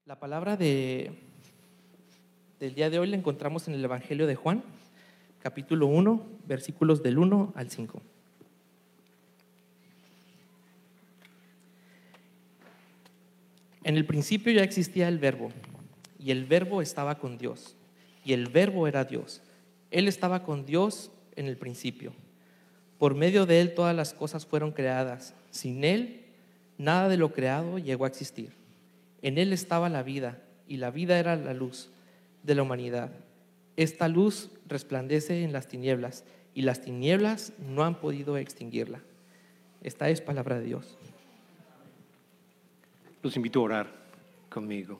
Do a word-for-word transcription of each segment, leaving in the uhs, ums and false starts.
La palabra de, del día de hoy la encontramos en el Evangelio de Juan, capítulo uno, versículos del uno al cinco. En el principio ya existía el Verbo, y el Verbo estaba con Dios, y el Verbo era Dios. Él estaba con Dios en el principio. Por medio de Él todas las cosas fueron creadas. Sin Él, nada de lo creado llegó a existir. En Él estaba la vida, y la vida era la luz de la humanidad. Esta luz resplandece en las tinieblas, y las tinieblas no han podido extinguirla. Esta es palabra de Dios. Los invito a orar conmigo.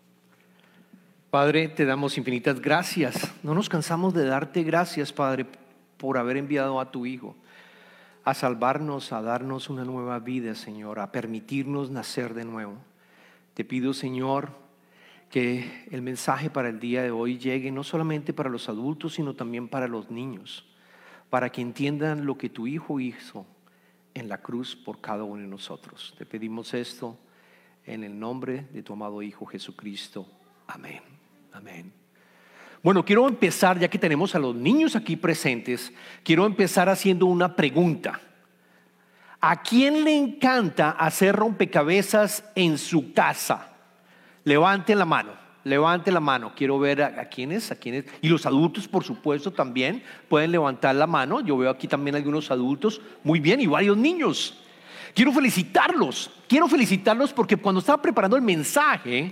Padre, te damos infinitas gracias. No nos cansamos de darte gracias, Padre, por haber enviado a tu Hijo a salvarnos, a darnos una nueva vida, Señor, a permitirnos nacer de nuevo. Te pido, Señor, que el mensaje para el día de hoy llegue no solamente para los adultos, sino también para los niños, para que entiendan lo que tu Hijo hizo en la cruz por cada uno de nosotros. Te pedimos esto en el nombre de tu amado Hijo Jesucristo. Amén. Amén. Bueno, quiero empezar, ya que tenemos a los niños aquí presentes, quiero empezar haciendo una pregunta. ¿A quién le encanta hacer rompecabezas en su casa? Levanten la mano, levanten la mano. Quiero ver a, a quiénes, a quiénes. Y los adultos, por supuesto, también pueden levantar la mano. Yo veo aquí también algunos adultos. Muy bien, y varios niños. Quiero felicitarlos. Quiero felicitarlos porque cuando estaba preparando el mensaje,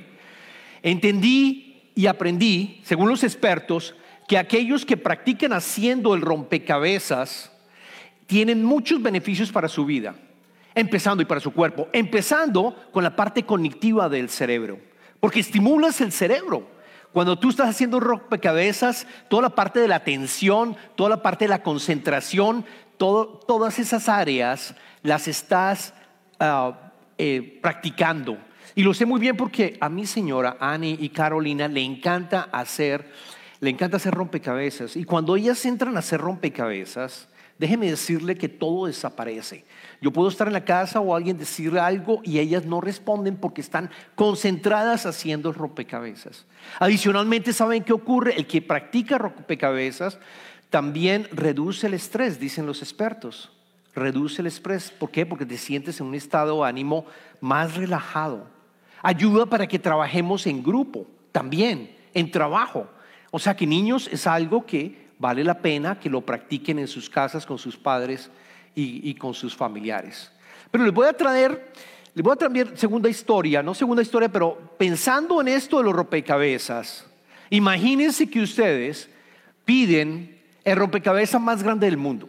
entendí y aprendí, según los expertos, que aquellos que practican haciendo el rompecabezas tienen muchos beneficios para su vida, empezando y para su cuerpo, empezando con la parte cognitiva del cerebro, porque estimulas el cerebro. Cuando tú estás haciendo rompecabezas, toda la parte de la atención, toda la parte de la concentración, todo, todas esas áreas las estás uh, eh, practicando. Y lo sé muy bien porque a mi señora Annie y Carolina le encanta hacer, le encanta hacer rompecabezas. Y cuando ellas entran a hacer rompecabezas, déjeme decirle que todo desaparece. Yo puedo estar en la casa o alguien decirle algo y ellas no responden porque están concentradas haciendo rompecabezas. Adicionalmente, ¿saben qué ocurre? El que practica rompecabezas también reduce el estrés, dicen los expertos. Reduce el estrés. ¿Por qué? Porque te sientes en un estado de ánimo más relajado. Ayuda para que trabajemos en grupo, también en trabajo. O sea que niños es algo que vale la pena que lo practiquen en sus casas con sus padres y, y con sus familiares. Pero les voy a traer, les voy a traer segunda historia, no segunda historia, pero pensando en esto de los rompecabezas, imagínense que ustedes piden el rompecabezas más grande del mundo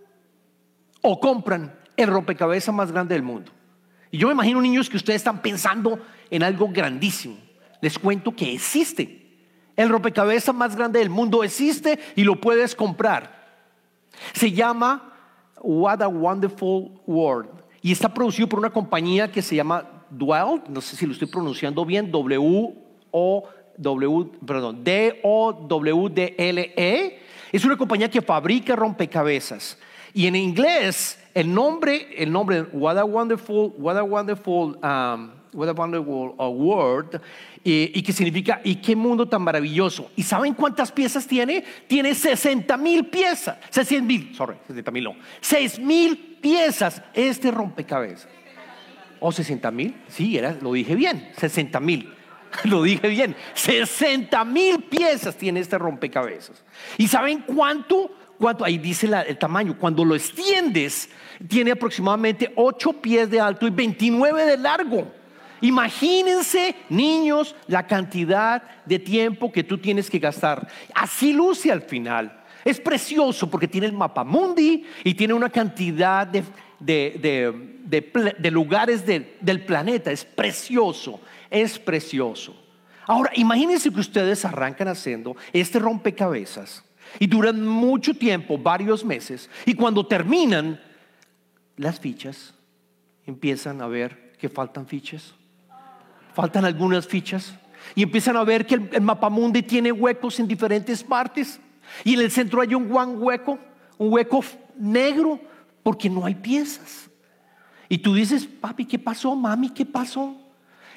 o compran el rompecabezas más grande del mundo. Y yo me imagino, niños, que ustedes están pensando en algo grandísimo. Les cuento que existe. El rompecabezas más grande del mundo existe y lo puedes comprar. Se llama What a Wonderful World y está producido por una compañía que se llama Dwell. No sé si lo estoy pronunciando bien. W O W, perdón, D O W D L E. Es una compañía que fabrica rompecabezas. Y en inglés el nombre, el nombre What a Wonderful, What a Wonderful, um, What a Wonderful World, y, y que significa y qué mundo tan maravilloso. ¿Y saben cuántas piezas tiene? Tiene sesenta mil piezas, sesenta mil, sorry, sesenta mil no, seis mil piezas este rompecabezas. ¿O sesenta mil? Sí, era, lo dije bien, sesenta mil. Lo dije bien, sesenta mil piezas tiene este rompecabezas. ¿Y saben cuánto? ¿Cuánto? Ahí dice la, el tamaño. Cuando lo extiendes, tiene aproximadamente ocho pies de alto y veintinueve de largo. Imagínense, niños, la cantidad de tiempo que tú tienes que gastar. Así luce al final. Es precioso porque tiene el mapamundi y tiene una cantidad de, de, de, de, de lugares de, del planeta. Es precioso, es precioso. Ahora, imagínense que ustedes arrancan haciendo este rompecabezas y duran mucho tiempo, varios meses, y cuando terminan las fichas, empiezan a ver que faltan fichas, faltan algunas fichas, y empiezan a ver que el, el mapamundi tiene huecos en diferentes partes, y en el centro hay un gran hueco, un hueco negro, porque no hay piezas. Y tú dices, papi, ¿qué pasó? Mami, ¿qué pasó?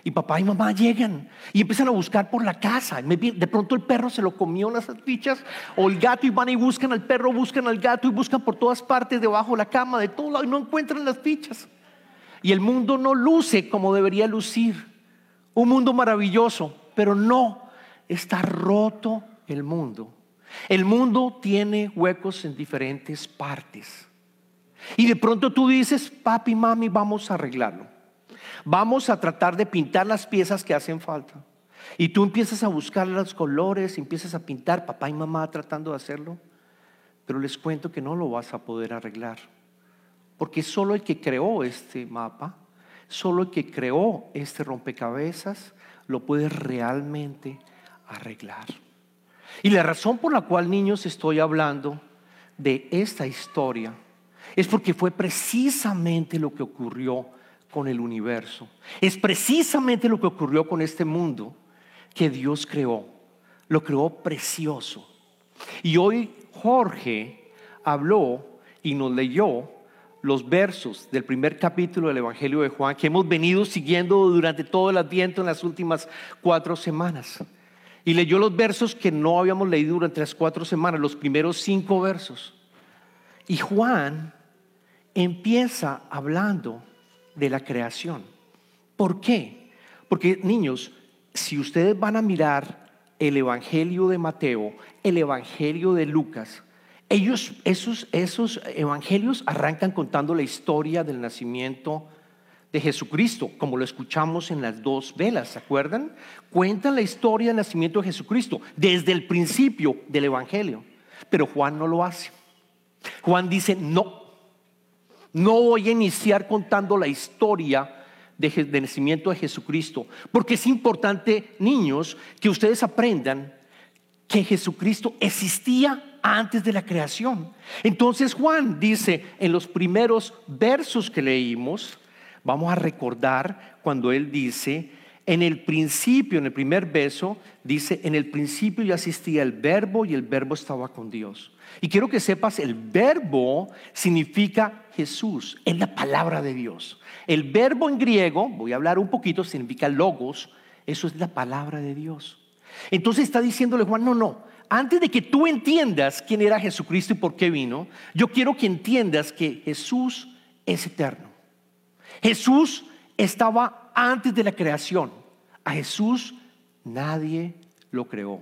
Y papá y mamá llegan y empiezan a buscar por la casa. De pronto el perro se lo comió las salchichas o el gato, y van y buscan al perro, buscan al gato y buscan por todas partes, debajo de la cama, de todo lado, y no encuentran las fichas. Y el mundo no luce como debería lucir. Un mundo maravilloso, pero no, está roto el mundo. El mundo tiene huecos en diferentes partes. Y de pronto tú dices: papi, mami, vamos a arreglarlo. Vamos a tratar de pintar las piezas que hacen falta. Y tú empiezas a buscar los colores, empiezas a pintar, papá y mamá tratando de hacerlo. Pero les cuento que no lo vas a poder arreglar. Porque solo el que creó este mapa, solo el que creó este rompecabezas, lo puede realmente arreglar. Y la razón por la cual, niños, estoy hablando de esta historia es porque fue precisamente lo que ocurrió con el universo. Es precisamente lo que ocurrió con este mundo que Dios creó. Lo creó precioso. Y hoy Jorge habló y nos leyó los versos del primer capítulo del Evangelio de Juan, que hemos venido siguiendo durante todo el Adviento en las últimas cuatro semanas. Y leyó los versos que no habíamos leído durante las cuatro semanas, los primeros cinco versos. Y Juan empieza hablando de la creación. ¿Por qué? Porque, niños, si ustedes van a mirar el Evangelio de Mateo, el Evangelio de Lucas, ellos, esos, esos evangelios arrancan contando la historia del nacimiento de Jesucristo, como lo escuchamos en las dos velas, ¿se acuerdan? Cuentan la historia del nacimiento de Jesucristo desde el principio del Evangelio. Pero Juan no lo hace. Juan dice: no, no voy a iniciar contando la historia de, de nacimiento de Jesucristo, porque es importante, niños, que ustedes aprendan que Jesucristo existía antes de la creación. Entonces Juan dice en los primeros versos que leímos, vamos a recordar cuando él dice: en el principio, en el primer verso, dice: en el principio ya existía el verbo y el verbo estaba con Dios. Y quiero que sepas, el verbo significa Jesús, es la palabra de Dios. El verbo en griego, voy a hablar un poquito, significa logos, eso es la palabra de Dios. Entonces está diciéndole Juan: no, no, antes de que tú entiendas quién era Jesucristo y por qué vino, yo quiero que entiendas que Jesús es eterno. Jesús estaba antes de la creación. A Jesús nadie lo creó.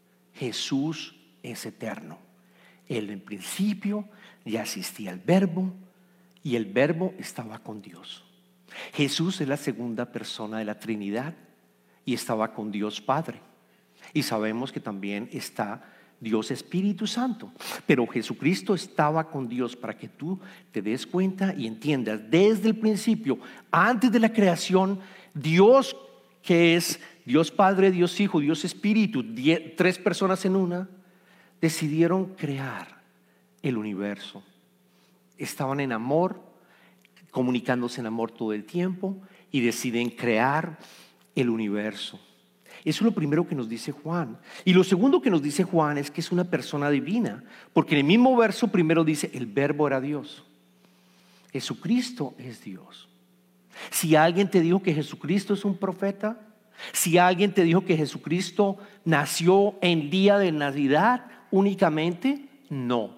Jesús es eterno. Él en principio ya existía el verbo y el verbo estaba con Dios. Jesús es la segunda persona de la Trinidad y estaba con Dios Padre. Y sabemos que también está Dios Espíritu Santo. Pero Jesucristo estaba con Dios para que tú te des cuenta y entiendas desde el principio, antes de la creación, Dios, que es Dios Padre, Dios Hijo, Dios Espíritu, die, tres personas en una, decidieron crear el universo. Estaban en amor, comunicándose en amor todo el tiempo, y deciden crear el universo. Eso es lo primero que nos dice Juan. Y lo segundo que nos dice Juan es que es una persona divina, porque en el mismo verso primero dice: el verbo era Dios. Jesucristo es Dios. Si alguien te dijo que Jesucristo es un profeta, si alguien te dijo que Jesucristo nació en día de Navidad únicamente, no.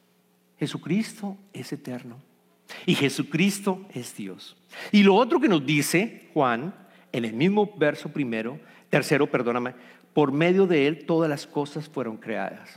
Jesucristo es eterno y Jesucristo es Dios. Y lo otro que nos dice Juan en el mismo verso primero, tercero, perdóname, por medio de él todas las cosas fueron creadas.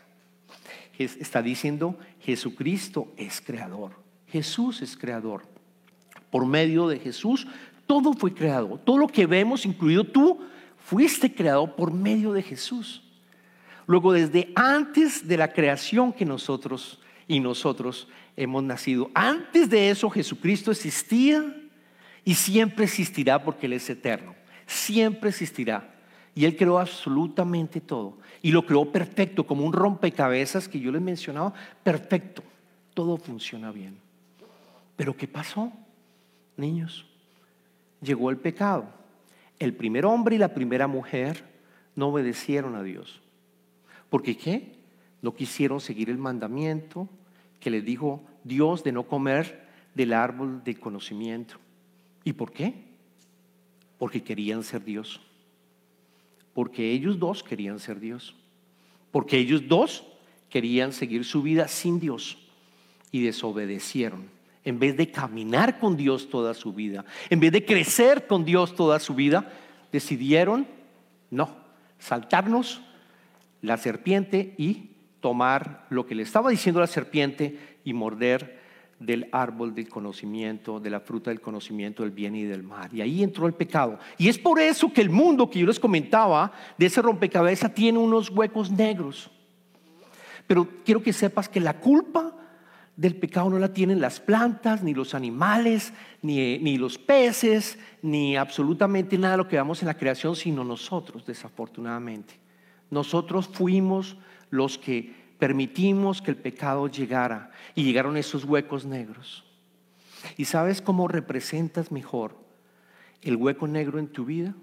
Está diciendo: Jesucristo es creador. Jesús es creador. Por medio de Jesús todo fue creado. Todo lo que vemos, incluido tú, fuiste creado por medio de Jesús. Luego, desde antes de la creación que nosotros y nosotros hemos nacido, antes de eso Jesucristo existía y siempre existirá, porque Él es eterno. Siempre existirá. Y Él creó absolutamente todo. Y lo creó perfecto, como un rompecabezas que yo les mencionaba. Perfecto. Todo funciona bien. Pero ¿qué pasó, niños? Llegó el pecado. El primer hombre y la primera mujer no obedecieron a Dios. ¿Por qué qué? No quisieron seguir el mandamiento que les dijo Dios de no comer del árbol del conocimiento. ¿Y por qué? Porque querían ser Dios. Porque ellos dos querían ser Dios. Porque ellos dos querían seguir su vida sin Dios y desobedecieron. En vez de caminar con Dios toda su vida, en vez de crecer con Dios toda su vida, decidieron no, saltarnos la serpiente y tomar lo que le estaba diciendo la serpiente y morder del árbol del conocimiento, de la fruta del conocimiento del bien y del mal. Y ahí entró el pecado. Y es por eso que el mundo que yo les comentaba de ese rompecabezas tiene unos huecos negros. Pero quiero que sepas que la culpa del pecado no la tienen las plantas, ni los animales, ni, ni los peces, ni absolutamente nada de lo que vemos en la creación, sino nosotros, desafortunadamente. Nosotros fuimos los que permitimos que el pecado llegara y llegaron esos huecos negros. ¿Y sabes cómo representas mejor el hueco negro en tu vida?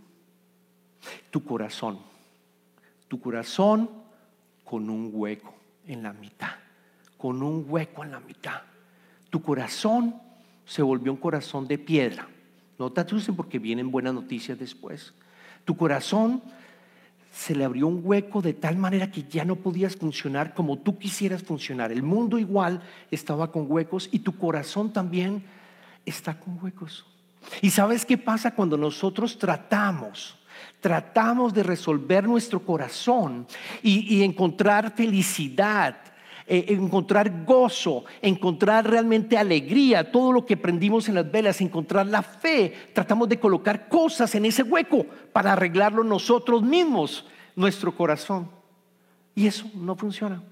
Tu corazón. Tu corazón con un hueco en la mitad. Con un hueco en la mitad. Tu corazón se volvió un corazón de piedra. No te asusten porque vienen buenas noticias después. Tu corazón se le abrió un hueco de tal manera que ya no podías funcionar como tú quisieras funcionar. El mundo igual estaba con huecos y tu corazón también está con huecos. ¿Y sabes qué pasa cuando nosotros tratamos? Tratamos de resolver nuestro corazón y, y encontrar felicidad, eh, encontrar gozo, encontrar realmente alegría, todo lo que prendimos en las velas, encontrar la fe. Tratamos de colocar cosas en ese hueco para arreglarlo nosotros mismos, nuestro corazón. Y eso no funciona.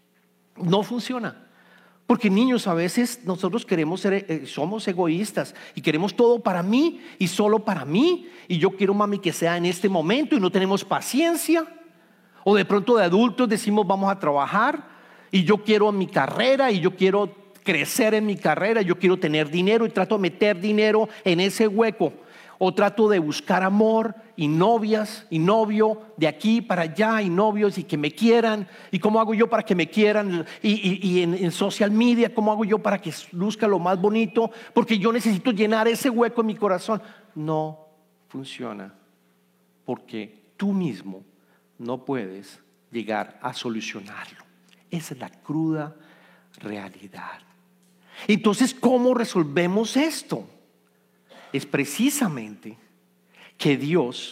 No funciona. Porque niños, a veces nosotros queremos ser, eh, somos egoístas y queremos todo para mí y solo para mí. Y yo quiero, mami, que sea en este momento y no tenemos paciencia. O de pronto de adultos decimos vamos a trabajar y yo quiero mi carrera y yo quiero crecer en mi carrera, yo quiero tener dinero y trato de meter dinero en ese hueco. O trato de buscar amor y novias y novio de aquí para allá y novios y que me quieran. ¿Y cómo hago yo para que me quieran? Y, y, y en, en social media, ¿cómo hago yo para que luzca lo más bonito? Porque yo necesito llenar ese hueco en mi corazón. No funciona porque tú mismo no puedes llegar a solucionarlo. Esa es la cruda realidad. Entonces, ¿cómo resolvemos esto? Es precisamente que Dios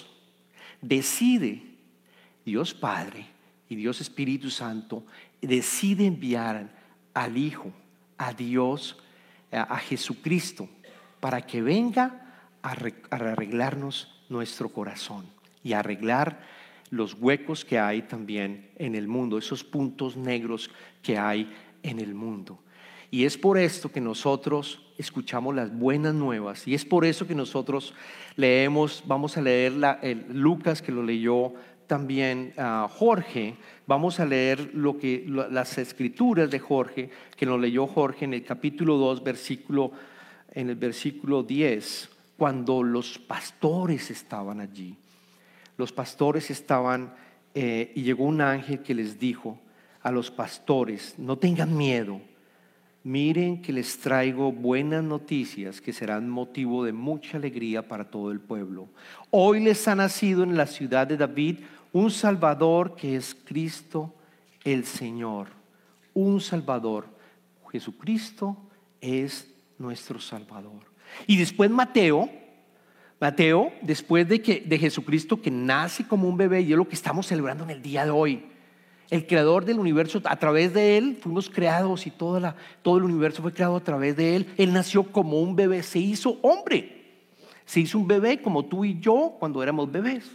decide, Dios Padre y Dios Espíritu Santo, decide enviar al Hijo, a Dios, a Jesucristo, para que venga a arreglarnos nuestro corazón y a arreglar los huecos que hay también en el mundo, esos puntos negros que hay en el mundo. Y es por esto que nosotros escuchamos las buenas nuevas y es por eso que nosotros leemos, vamos a leer la, el, Lucas, que lo leyó también uh, Jorge, vamos a leer lo que, lo, las escrituras de Jorge, que lo leyó Jorge en el capítulo dos, versículo, en el versículo diez, cuando los pastores estaban allí. Los pastores estaban eh, y llegó un ángel que les dijo a los pastores: no tengan miedo. Miren que les traigo buenas noticias que serán motivo de mucha alegría para todo el pueblo. Hoy les ha nacido en la ciudad de David un Salvador, que es Cristo el Señor. Un Salvador. Jesucristo es nuestro Salvador. Y después Mateo, Mateo, después de, que, de Jesucristo que nace como un bebé, y es lo que estamos celebrando en el día de hoy. El creador del universo, a través de él fuimos creados y toda la, todo el universo fue creado a través de él. Él nació como un bebé, se hizo hombre, se hizo un bebé como tú y yo cuando éramos bebés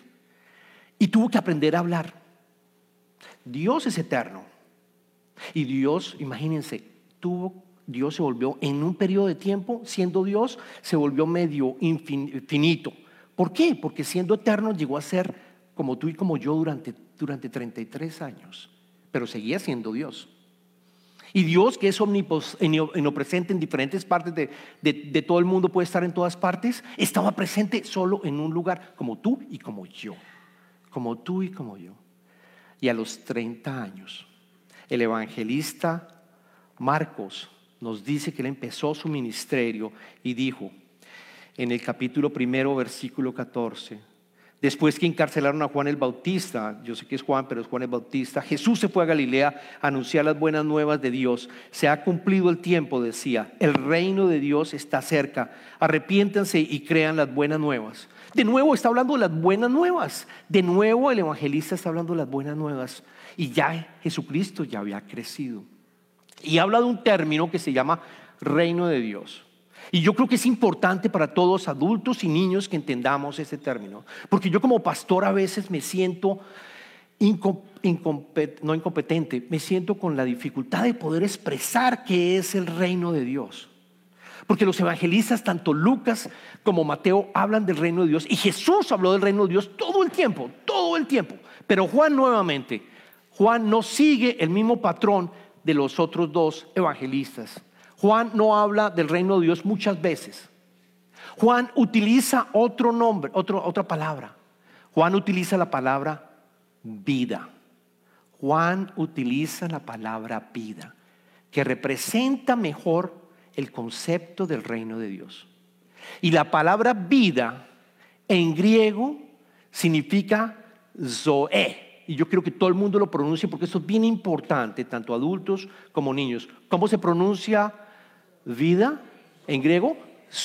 y tuvo que aprender a hablar. Dios es eterno y Dios, imagínense, tuvo, Dios se volvió en un periodo de tiempo, siendo Dios, se volvió medio infinito. ¿Por qué? Porque siendo eterno llegó a ser como tú y como yo durante, durante treinta y tres años, pero seguía siendo Dios. Y Dios, que es omnipresente en diferentes partes de, de, de todo el mundo, puede estar en todas partes, estaba presente solo en un lugar, como tú y como yo, como tú y como yo. Y a los treinta años, el evangelista Marcos nos dice que él empezó su ministerio y dijo: en el capítulo primero, versículo catorce. Después que encarcelaron a Juan el Bautista, yo sé que es Juan, pero es Juan el Bautista, Jesús se fue a Galilea a anunciar las buenas nuevas de Dios. Se ha cumplido el tiempo, decía, el reino de Dios está cerca. Arrepiéntanse y crean las buenas nuevas. De nuevo está hablando de las buenas nuevas. De nuevo el evangelista está hablando de las buenas nuevas. Y ya Jesucristo ya había crecido. Y habla de un término que se llama reino de Dios. Y yo creo que es importante para todos, adultos y niños, que entendamos ese término. Porque yo como pastor a veces me siento incom- incompet- no incompetente, me siento con la dificultad de poder expresar qué es el reino de Dios. Porque los evangelistas, tanto Lucas como Mateo, hablan del reino de Dios. Y Jesús habló del reino de Dios todo el tiempo, todo el tiempo. Pero Juan nuevamente, Juan no sigue el mismo patrón de los otros dos evangelistas. Juan no habla del reino de Dios muchas veces. Juan utiliza otro nombre, otro, otra palabra. Juan utiliza la palabra vida. Juan utiliza la palabra vida, que representa mejor el concepto del reino de Dios. Y la palabra vida en griego significa zoe. Y yo quiero que todo el mundo lo pronuncie porque esto es bien importante, tanto adultos como niños. ¿Cómo se pronuncia vida en griego?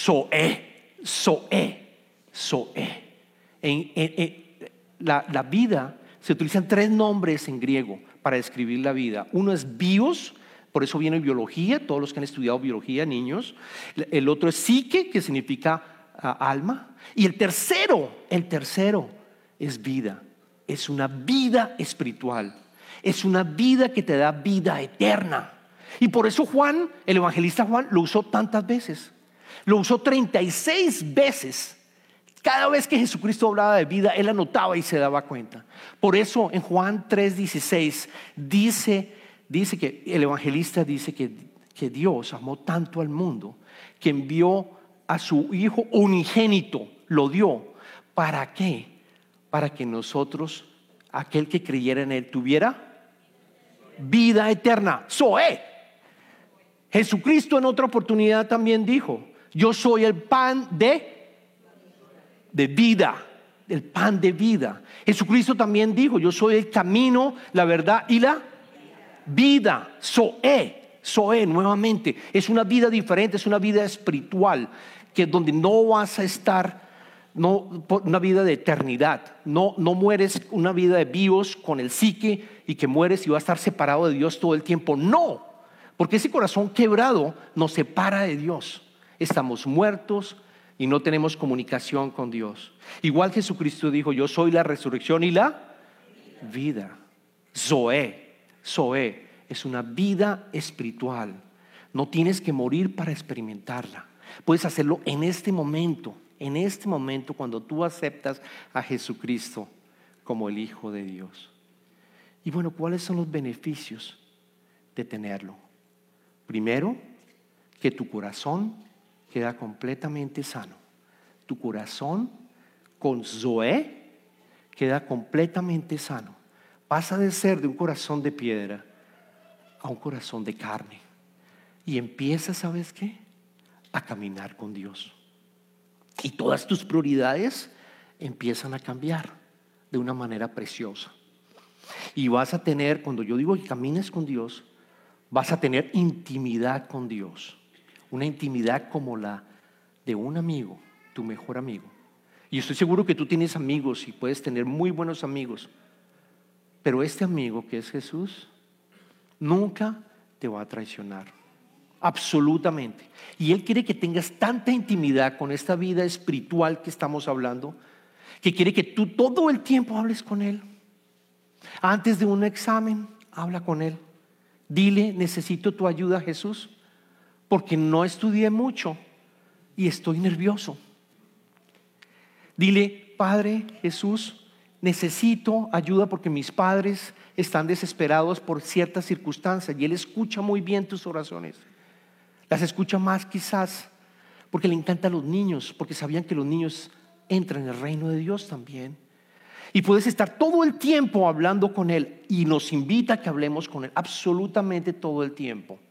Zoe, zoe, zoe. En, en, en, la, la vida, se utilizan tres nombres en griego para describir la vida. Uno es bios, por eso viene biología, todos los que han estudiado biología, niños. El otro es psique, que significa uh, alma. Y el tercero, el tercero es vida. Es una vida espiritual. Es una vida que te da vida eterna. Y por eso Juan, el evangelista Juan, lo usó tantas veces. Lo usó treinta y seis veces. Cada vez que Jesucristo hablaba de vida, él anotaba y se daba cuenta. Por eso en Juan tres dieciséis dice, dice que el evangelista dice que, que Dios amó tanto al mundo que envió a su Hijo unigénito, lo dio. ¿Para qué? Para que nosotros, aquel que creyera en él, tuviera vida eterna. Zoe. Jesucristo en otra oportunidad también dijo: yo soy el pan de, de vida, el pan de vida. Jesucristo también dijo: yo soy el camino, la verdad y la vida. Zoe, Zoe nuevamente. Es una vida diferente, es una vida espiritual, que es donde no vas a estar, no, una vida de eternidad. No, no mueres una vida de vivos con el psique y que mueres y vas a estar separado de Dios todo el tiempo. No. Porque ese corazón quebrado nos separa de Dios. Estamos muertos y no tenemos comunicación con Dios. Igual Jesucristo dijo: yo soy la resurrección y la vida. Zoe, Zoe es una vida espiritual. No tienes que morir para experimentarla. Puedes hacerlo en este momento, en este momento cuando tú aceptas a Jesucristo como el Hijo de Dios. Y bueno, ¿cuáles son los beneficios de tenerlo? Primero, que tu corazón queda completamente sano. Tu corazón con Zoe queda completamente sano. Pasa de ser de un corazón de piedra a un corazón de carne. Y empiezas, ¿sabes qué? A caminar con Dios. Y todas tus prioridades empiezan a cambiar de una manera preciosa. Y vas a tener, cuando yo digo que camines con Dios, vas a tener intimidad con Dios. Una intimidad como la de un amigo, tu mejor amigo. Y estoy seguro que tú tienes amigos y puedes tener muy buenos amigos. Pero este amigo que es Jesús nunca te va a traicionar. Absolutamente. Y Él quiere que tengas tanta intimidad con esta vida espiritual que estamos hablando, que quiere que tú todo el tiempo hables con Él. Antes de un examen, habla con Él. Dile: necesito tu ayuda, Jesús, porque no estudié mucho y estoy nervioso. Dile: Padre Jesús, necesito ayuda porque mis padres están desesperados por ciertas circunstancias. Y Él escucha muy bien tus oraciones. Las escucha más quizás porque le encantan los niños, porque sabían que los niños entran en el reino de Dios también. Y puedes estar todo el tiempo hablando con Él, y nos invita a que hablemos con Él absolutamente todo el tiempo.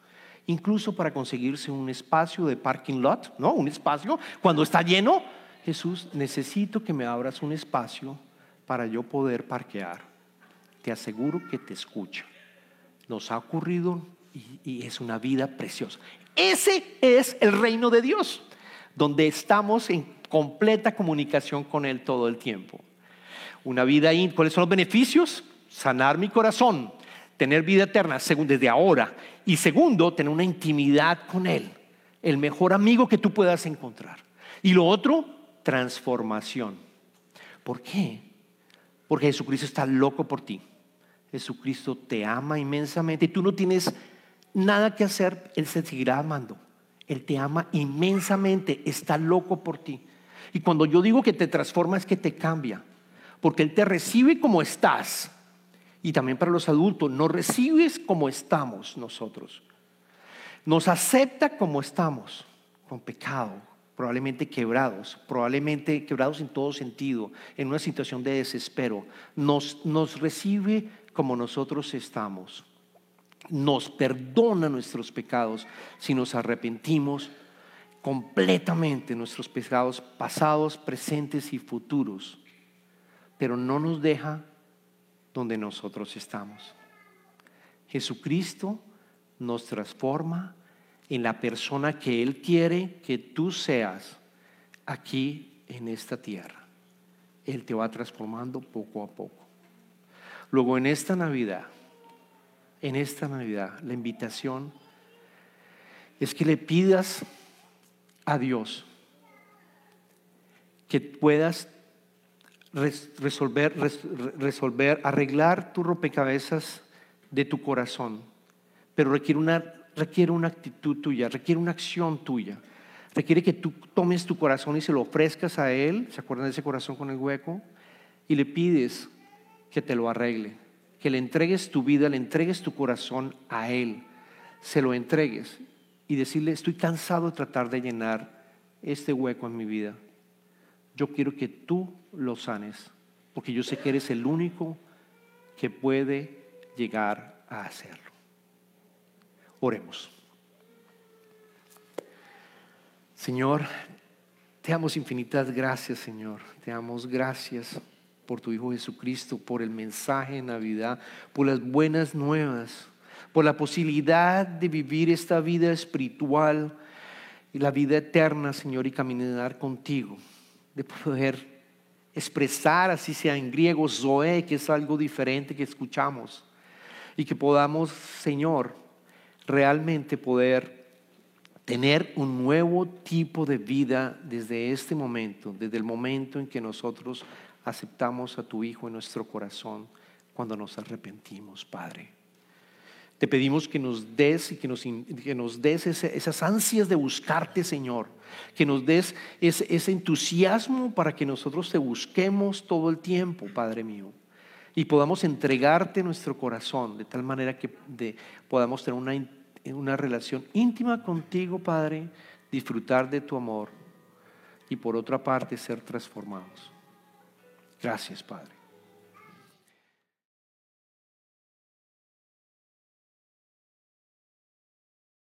incluso para conseguirse un espacio de parking lot, ¿no? Un espacio cuando está lleno. Jesús, necesito que me abras un espacio para yo poder parquear. Te aseguro que te escucha. Nos ha ocurrido y, y es una vida preciosa. Ese es el reino de Dios, donde estamos en completa comunicación con Él todo el tiempo. Una vida ahí, ¿cuáles son los beneficios? Sanar mi corazón, tener vida eterna desde ahora, y segundo, tener una intimidad con Él, el mejor amigo que tú puedas encontrar. Y lo otro, transformación. ¿Por qué? Porque Jesucristo está loco por ti. Jesucristo te ama inmensamente y tú no tienes nada que hacer. Él se seguirá amando. Él te ama inmensamente, está loco por ti. Y cuando yo digo que te transforma es que te cambia, porque Él te recibe como estás. Y también para los adultos, nos recibes como estamos nosotros. Nos acepta como estamos, con pecado, probablemente quebrados, probablemente quebrados en todo sentido, en una situación de desespero. Nos, nos recibe como nosotros estamos. Nos perdona nuestros pecados si nos arrepentimos completamente, nuestros pecados pasados, presentes y futuros. Pero no nos deja donde nosotros estamos. Jesucristo nos transforma en la persona que Él quiere que tú seas aquí en esta tierra. Él te va transformando poco a poco. Luego en esta Navidad, en esta Navidad, la invitación es que le pidas a Dios que puedas resolver, resolver, arreglar tu rompecabezas de tu corazón, pero requiere una, requiere una actitud tuya, requiere una acción tuya, requiere que tú tomes tu corazón y se lo ofrezcas a Él. ¿Se acuerdan de ese corazón con el hueco? Y le pides que te lo arregle, que le entregues tu vida, le entregues tu corazón a Él, se lo entregues y decirle: estoy cansado de tratar de llenar este hueco en mi vida. Yo quiero que tú lo sanes, porque yo sé que eres el único que puede llegar a hacerlo. Oremos. Señor, te damos infinitas gracias, Señor. Te damos gracias por tu Hijo Jesucristo, por el mensaje de Navidad, por las buenas nuevas, por la posibilidad de vivir esta vida espiritual y la vida eterna, Señor, y caminar contigo, de poder expresar, así sea en griego, zoe, que es algo diferente que escuchamos, y que podamos, Señor, realmente poder tener un nuevo tipo de vida desde este momento, desde el momento en que nosotros aceptamos a tu Hijo en nuestro corazón, cuando nos arrepentimos, Padre. Te pedimos que nos des y que nos, que nos des ese, esas ansias de buscarte, Señor, que nos des ese, ese entusiasmo para que nosotros te busquemos todo el tiempo, Padre mío, y podamos entregarte nuestro corazón de tal manera que de, podamos tener una, una relación íntima contigo, Padre, disfrutar de tu amor y por otra parte ser transformados. Gracias, Padre.